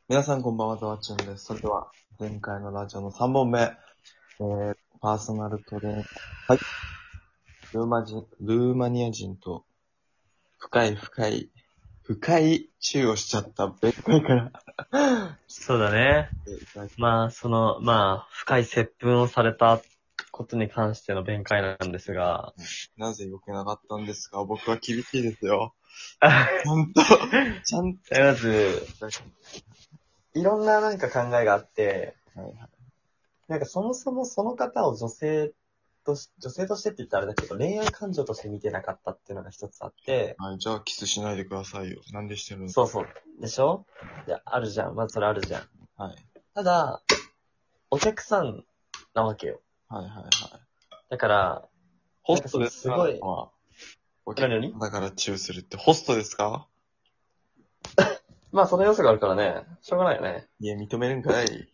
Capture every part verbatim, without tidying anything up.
皆さんこんばんは、ざわちゅんです。それでは、前回のラジオのさんぼんめ、えー、パーソナルトレーナー、はい、ルーマ人、ルーマニア人と、深い深い、深いチューをしちゃった別会から、 そうだね。 いただきまあ、その、まあ、深い接吻をされたことに関しての弁解なんですが、 なぜ良くなかったんですか？僕は厳しいですよ。ちゃんと、ちゃんと。 まず、いろんななんか考えがあって、 はいはい。 なんかそもそもその方を女性とし、女性としてって言ったらあれだけど、恋愛感情として見てなかったっていうのが一つあって、 はい、じゃあキスしないでくださいよ。なんでしてるの？ そうそう。でしょ？いや、あるじゃん。まずそれあるじゃん。 はい。 ただ、お客さんなわけよ。 はいはいはい。 だから、 ホスなんかそのトですか？ すごい、 まあ、お客何々 だからチューするってホストですか？ まあその要素があるからね、しょうがないよね。 いや、認めるんかい。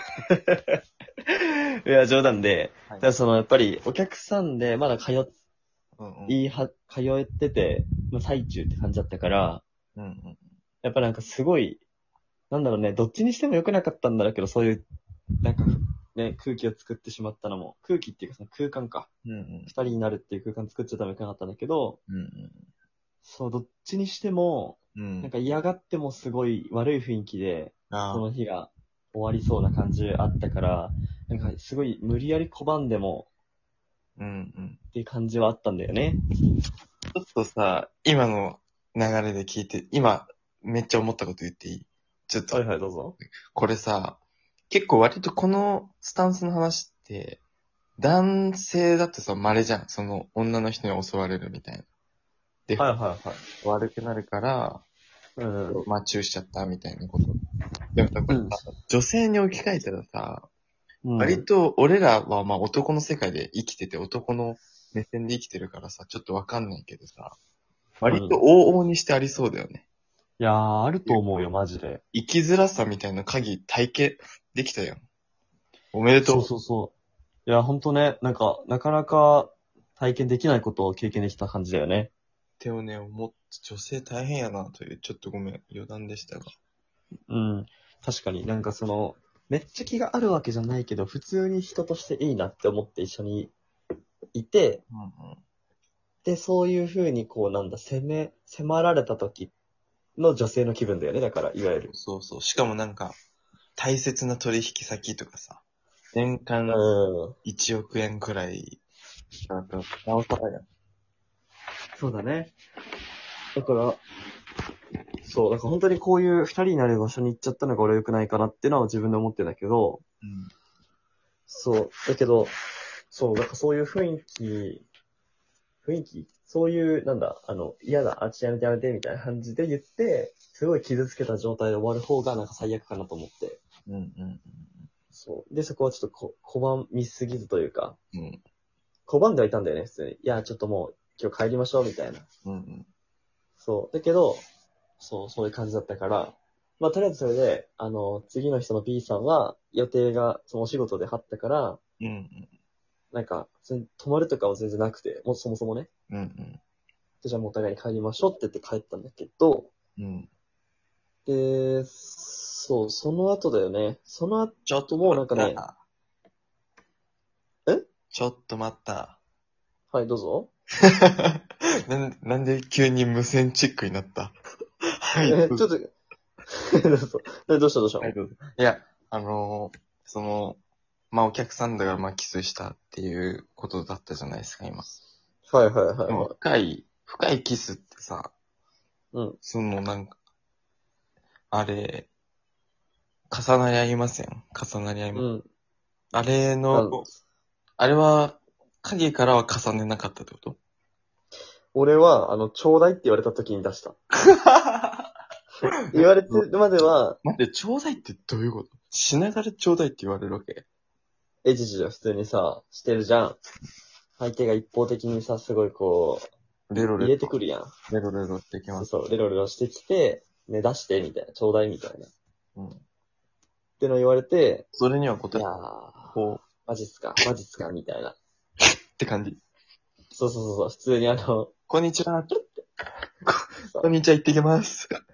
いや、冗談で、 はい。 だからその、やっぱり、お客さんで、まだ通うんうん。 いは、通ってて、まあ、最中って感じだったから、 うんうん。 やっぱなんかすごい、なんだろうね、どっちにしても良くなかったんだろうけど、そういう、なんか、ね、空気を作ってしまったのも、空気っていうかその空間か。 うんうん二人になるっていう空間作っちゃったら良くなかったんだけど、 うんそう、どっちにしても、 うん。うん。 なんか嫌がってもすごい悪い雰囲気で、そああ、 の日が終わりそうな感じあったから、なんかすごい無理やり拒んでもうんうん。 っていう感じはあったんだよね。 ちょっとさ、今の流れで聞いて、今、めっちゃ思ったこと言っていい？ちょっと、 はいはい、どうぞ。 これさ、結構割とこのスタンスの話って、男性だとさ、稀じゃん。その女の人に襲われるみたいな。で、 はいはいはい。 悪くなるから、 うん。 まあ、チューしちゃったみたいなこと。でもさ、こうん。 れさ、女性に置き換えたらさ、 うん。 割と俺らはまあ男の世界で生きてて男の目線で生きてるからさ、ちょっとわかんないけどさ、割とうん。 往々にしてありそうだよね。 いやー、あると思うよ、マジで。 生きづらさみたいな鍵体系できたよ。おめでとそうう。 そうそう。いや、ほんとね、なんか、なかなか体験できないことを経験できた感じだよね。 手をね、思っ女性大変やなという、ちょっとごめん、余談でしたが。 うん。確かになんかその、めっちゃ気があるわけじゃないけど、普通に人としていいなって思って一緒にいて、 うんうん。 で、そういう風にこうなんだ、攻め、迫られた時の女性の気分だよね。だから、いわゆる。 そうそう。しかもなんか、大切な取引先とかさ、年間うん。 いちおく円くらいだと、なおさらやん。 そうだね。だから、そう、だから本当にこういう二人になる場所に行っちゃったのが俺は良くないかなっていうのは自分で思ってたけど、 うん。 そう、だけど、そう、だからそういう雰囲気、雰囲気そういう、なんだ、あの、嫌だ、あっちやめてやめてみたいな感じで言って、すごい傷つけた状態で終わる方がなんか最悪かなと思って。 うんうんそう。で、そこはちょっとこ拒みすぎずというか、 うん。うん。 拒んではいたんだよね、普通に。いや、ちょっともう今日帰りましょうみたいな。 うんうん。 そう。だけど、そう、そういう感じだったから、まあ、とりあえずそれで、あの、次の人の B さんは予定が、そのお仕事で張ったから、 うんうんなんか、全然泊まるとかは全然なくて、もうそもそもね。 うんうんでじゃあもうお互いに帰りましょうって言って帰ったんだけど、 うんで、そう、その後だよね。そのちょっと後も待っなんかね、 た。 えちょっと待った。 はい、どうぞ。 なん、なんで急に無線チックになったはい、 え、 どうぞ。 ちょっと、どうぞ。えどうしたどうしたはい、どうぞ。いや、あのーその、まあ、お客さんだから、まあ、キスしたっていうことだったじゃないですか、今。 はいはいはいでも、 はい。 深い、深いキスってさ、 うん。 その、なんか、あれ、重なり合いません重なり合います。 うん。 あれの、 なんあれは、影からは重ねなかったってこと？ 俺は、あの、ちょうだいって言われた時に出した。言われてるまでは、 待って、ちょうだいってどういうこと？しながらちょうだいって言われるわけ？ エジジは普通にさ、してるじゃん。相手が一方的にさ、すごいこう、入レロレロ、 れてくるやん。 レロレロってきます。 そうそう、レロレロしてきて、ね、出して、みたいな、ちょうだいみたいな。っうん。 ての言われて、 それには答え、 いやー、 こう、 マジっすか、マジっすか、みたいな。 って感じ。 そうそうそうそう、普通にあの、 こんにちは。 そうこんにちは、行ってきます。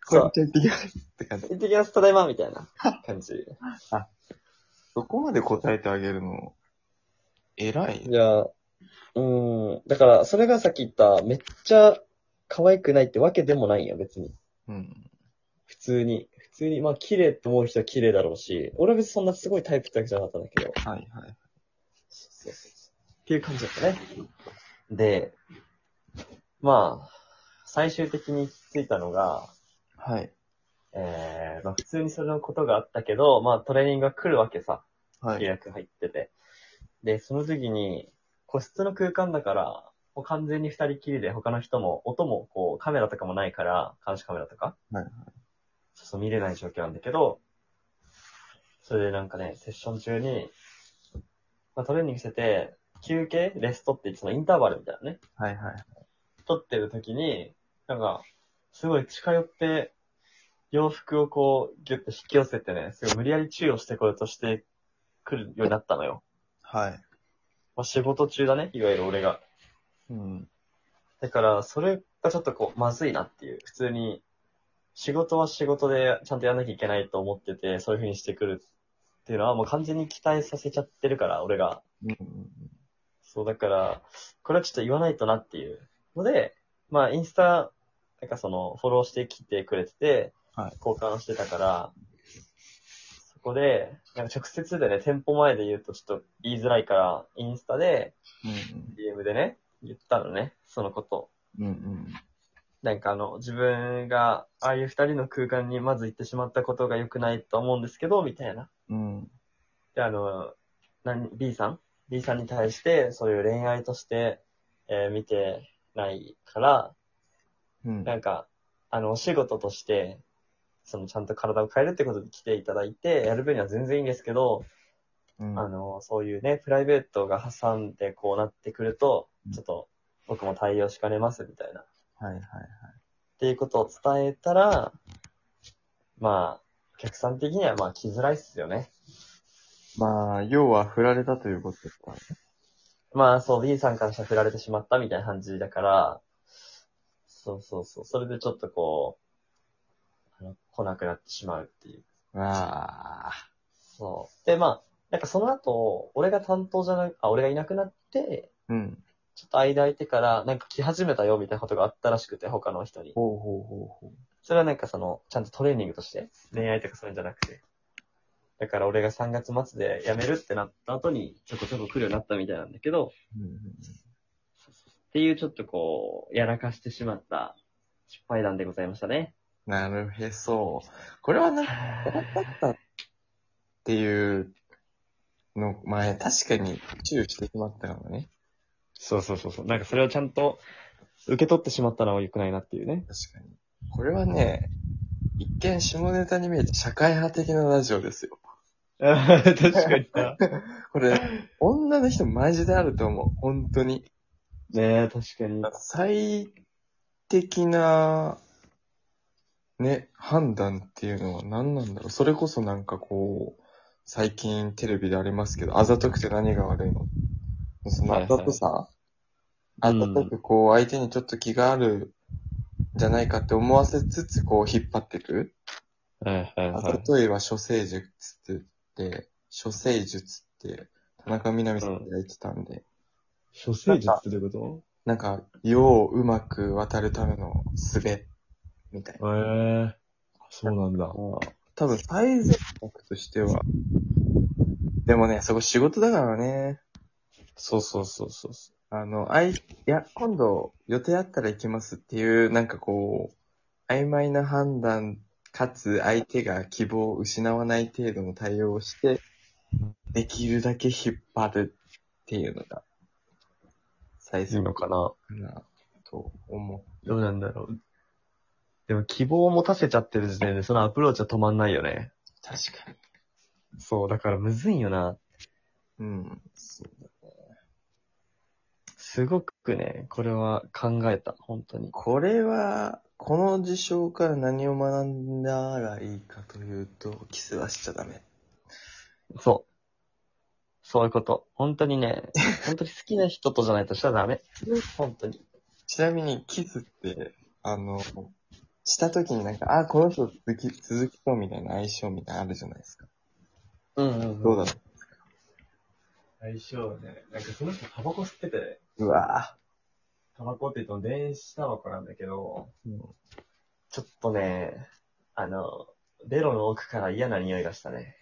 そうこんにちは行ってきますって感じ。 行ってきます、ただいまみたいな感じ。 そこまで答えてあげるの、偉い。 いや、うーん。だから、それがさっき言った、めっちゃ可愛くないってわけでもないんよ、別に。 うん。 普通に。普通に、まあ、綺麗って思う人は綺麗だろうし、俺は別にそんなすごいタイプってわけじゃなかったんだけど。 はいはい。 そうそうそう。っていう感じだったね。で、まあ、最終的に行き着いたのが、 はい。 えー、まあ普通にそのことがあったけど、まあトレーニングが来るわけさ。 はい。 契約入ってて。で、その時に、個室の空間だから、もう完全に二人きりで他の人も、音もこうカメラとかもないから、監視カメラとか、 はいはい。 そうそう見れない状況なんだけど、それでなんかね、セッション中に、まあトレーニングしてて、休憩レストって言ってそのインターバルみたいなね。 はいはい。 撮ってる時に、なんか、すごい近寄って、洋服をこう、ギュッと引き寄せてね、すごい無理やり注意をしてこようとしてくるようになったのよ。 はい。 まあ仕事中だね、いわゆる俺が。 うん。 だから、それがちょっとこう、まずいなっていう。普通に、仕事は仕事でちゃんとやんなきゃいけないと思ってて、そういう風にしてくるっていうのはもう完全に期待させちゃってるから、俺が。 うん。 そう、だから、これはちょっと言わないとなっていうので、まあ、インスタ、なんかその、フォローしてきてくれてて、 はい。 交換してたから、そこで、なんか直接でね、店舗前で言うとちょっと言いづらいから、インスタで、 うん。 ディーエム でね、言ったのね、そのこと。 うん。うん。 なんかあの、自分が、ああいう二人の空間にまず行ってしまったことが良くないと思うんですけど、みたいな。 うん。 で、あの、何、B さん ?B さんに対して、そういう恋愛として、えー見てないから、 うん。 なんか、あの、お仕事として、その、ちゃんと体を変えるってことで来ていただいて、やる分には全然いいんですけど、 うん。 あの、そういうね、プライベートが挟んでこうなってくると、ちょっと、僕も対応しかねますみたいな。っはいはいはい。 ていうことを伝えたら、まあ、お客さん的にはまあ来づらいっすよね。 まあ、要は振られたということですか。 まあ、そう、B さんからしたら振られてしまったみたいな感じだから、そうそうそう。それでちょっとこう、あの、来なくなってしまうっていう。 わあ。 そう。で、まあ、なんかその後、俺が担当じゃなく、あ、俺がいなくなって、 うん。 ちょっと間空いてから、なんか来始めたよみたいなことがあったらしくて、他の人に。 ほうほうほうほう。 それはなんかその、ちゃんとトレーニングとして、恋愛とかそういうんじゃなくて。だから俺がさんがつ末で辞めるってなった後に、ちょこちょこ来るようになったみたいなんだけど、 うん。 っていうちょっとこう、やらかしてしまった失敗談でございましたね。 なるへそ。これはなんか、ったっていうの、前、確かに注意してしまったかもね。 そうそうそうそう。なんかそれをちゃんと受け取ってしまったのは良くないなっていうね。 確かに。これはね、一見下ネタに見えて社会派的なラジオですよ。 確かにな。 これ、女の人マジであると思う。本当に。 ねえ、確かに。 最適な、ね、判断っていうのは何なんだろう。それこそなんかこう、最近テレビでありますけど、あざとくて何が悪いの？そのあざとさ、あざとくこう、相手にちょっと気があるんじゃないかって思わせつつ、こう、引っ張ってく。 はいはいあはい。 ざといは処世術って言って、処世術って田中みな実さんが言ってたんで、 処世術ってどういうこなんか、世をうまく渡るための術、みたいな。 とへえ、そうなんだ。 多分、最善策としては、でもね、そこ仕事だからね。 そうそうそうそう。 あの、あい、いや、今度予定あったら行きますっていう、なんかこう、曖昧な判断、かつ相手が希望を失わない程度の対応をして、できるだけ引っ張るっていうのが、最いい速のかな。 かな、と思う。 どうなんだろう。でも希望を持たせちゃってる時点でそのアプローチは止まんないよね。 確かに。 そう、だからむずいよな。 うん。そうだ。 すごくね、これは考えた、本当に。 これは、この事象から何を学んだらいいかというと、キスはしちゃダメ。 そう。そういうこと。本当にね、本当に好きな人とじゃないとしたらダメ。本当に。 ちなみに、キスって、あの、 したときになんか、あ、この人続き、続きそうみたいな相性みたいなのあるじゃないですか。 うんうん、うん。 どうだろ相性ね。なんかその人タバコ吸ってて、 う。うわタバコって言っても電子タバコなんだけど、 ぁ。うん、 ちょっとね、あの、ベロの奥から嫌な匂いがしたね。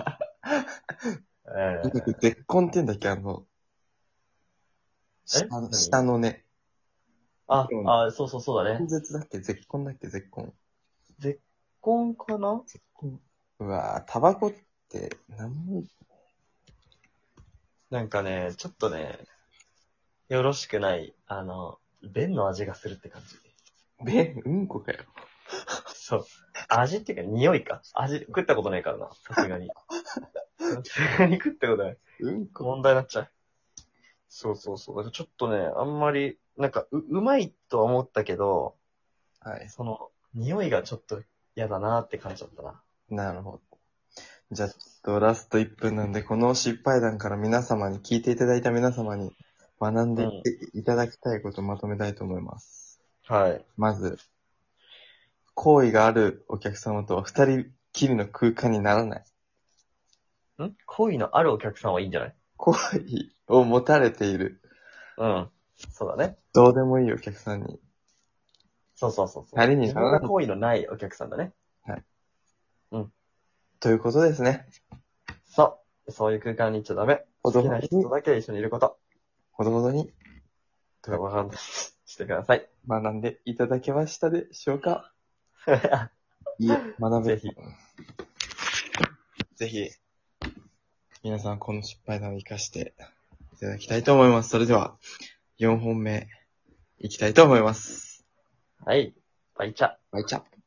え絶根って言うんだっけあの、下の、 何下のね。 あ、 うんあ、そうそうそうだね。 根絶だっけ絶根だっけ絶根。 絶根かな絶根。うわぁ、タバコって、なんも、 なんかね、ちょっとね、よろしくない、あの、便の味がするって感じ。 べ、うんこかよ。 そう。味っていうか匂いか。味、食ったことないからな。さすがに。さすがに食ったことない。 うんこ。 問題になっちゃう。そうそうそう。だからちょっとね、あんまり、なんか、う、うまいとは思ったけど、 はい。 その、匂いがちょっと嫌だなって感じだったな。 なるほど。じゃあ、ちょっとラストいっぷんなんで、この失敗談から皆様に、聞いていただいた皆様に学んでうんいただきたいことをまとめたいと思います。 はい。 まず、好意があるお客様とは二人きりの空間にならない。 ん恋のあるお客さんはいいんじゃない？ 好意を持たれている、 うん。そうだね。 どうでもいいお客さんに、 そうそうそうそう。 二人に自ならない。 分が好意のないお客さんだね。 ということですね。 そう。そういう空間に行っちゃダメ。 ほどほどに好きな人とだけ一緒にいること。 ほどほどにとわかんない。してください。 学んでいただけましたでしょうか？いえ、学べ。 ぜひ。 ぜひ、皆さんこの失敗談を活かしていただきたいと思います。それでは、よんほんめ、いきたいと思います。 はい。バイチャ。 バイチャ。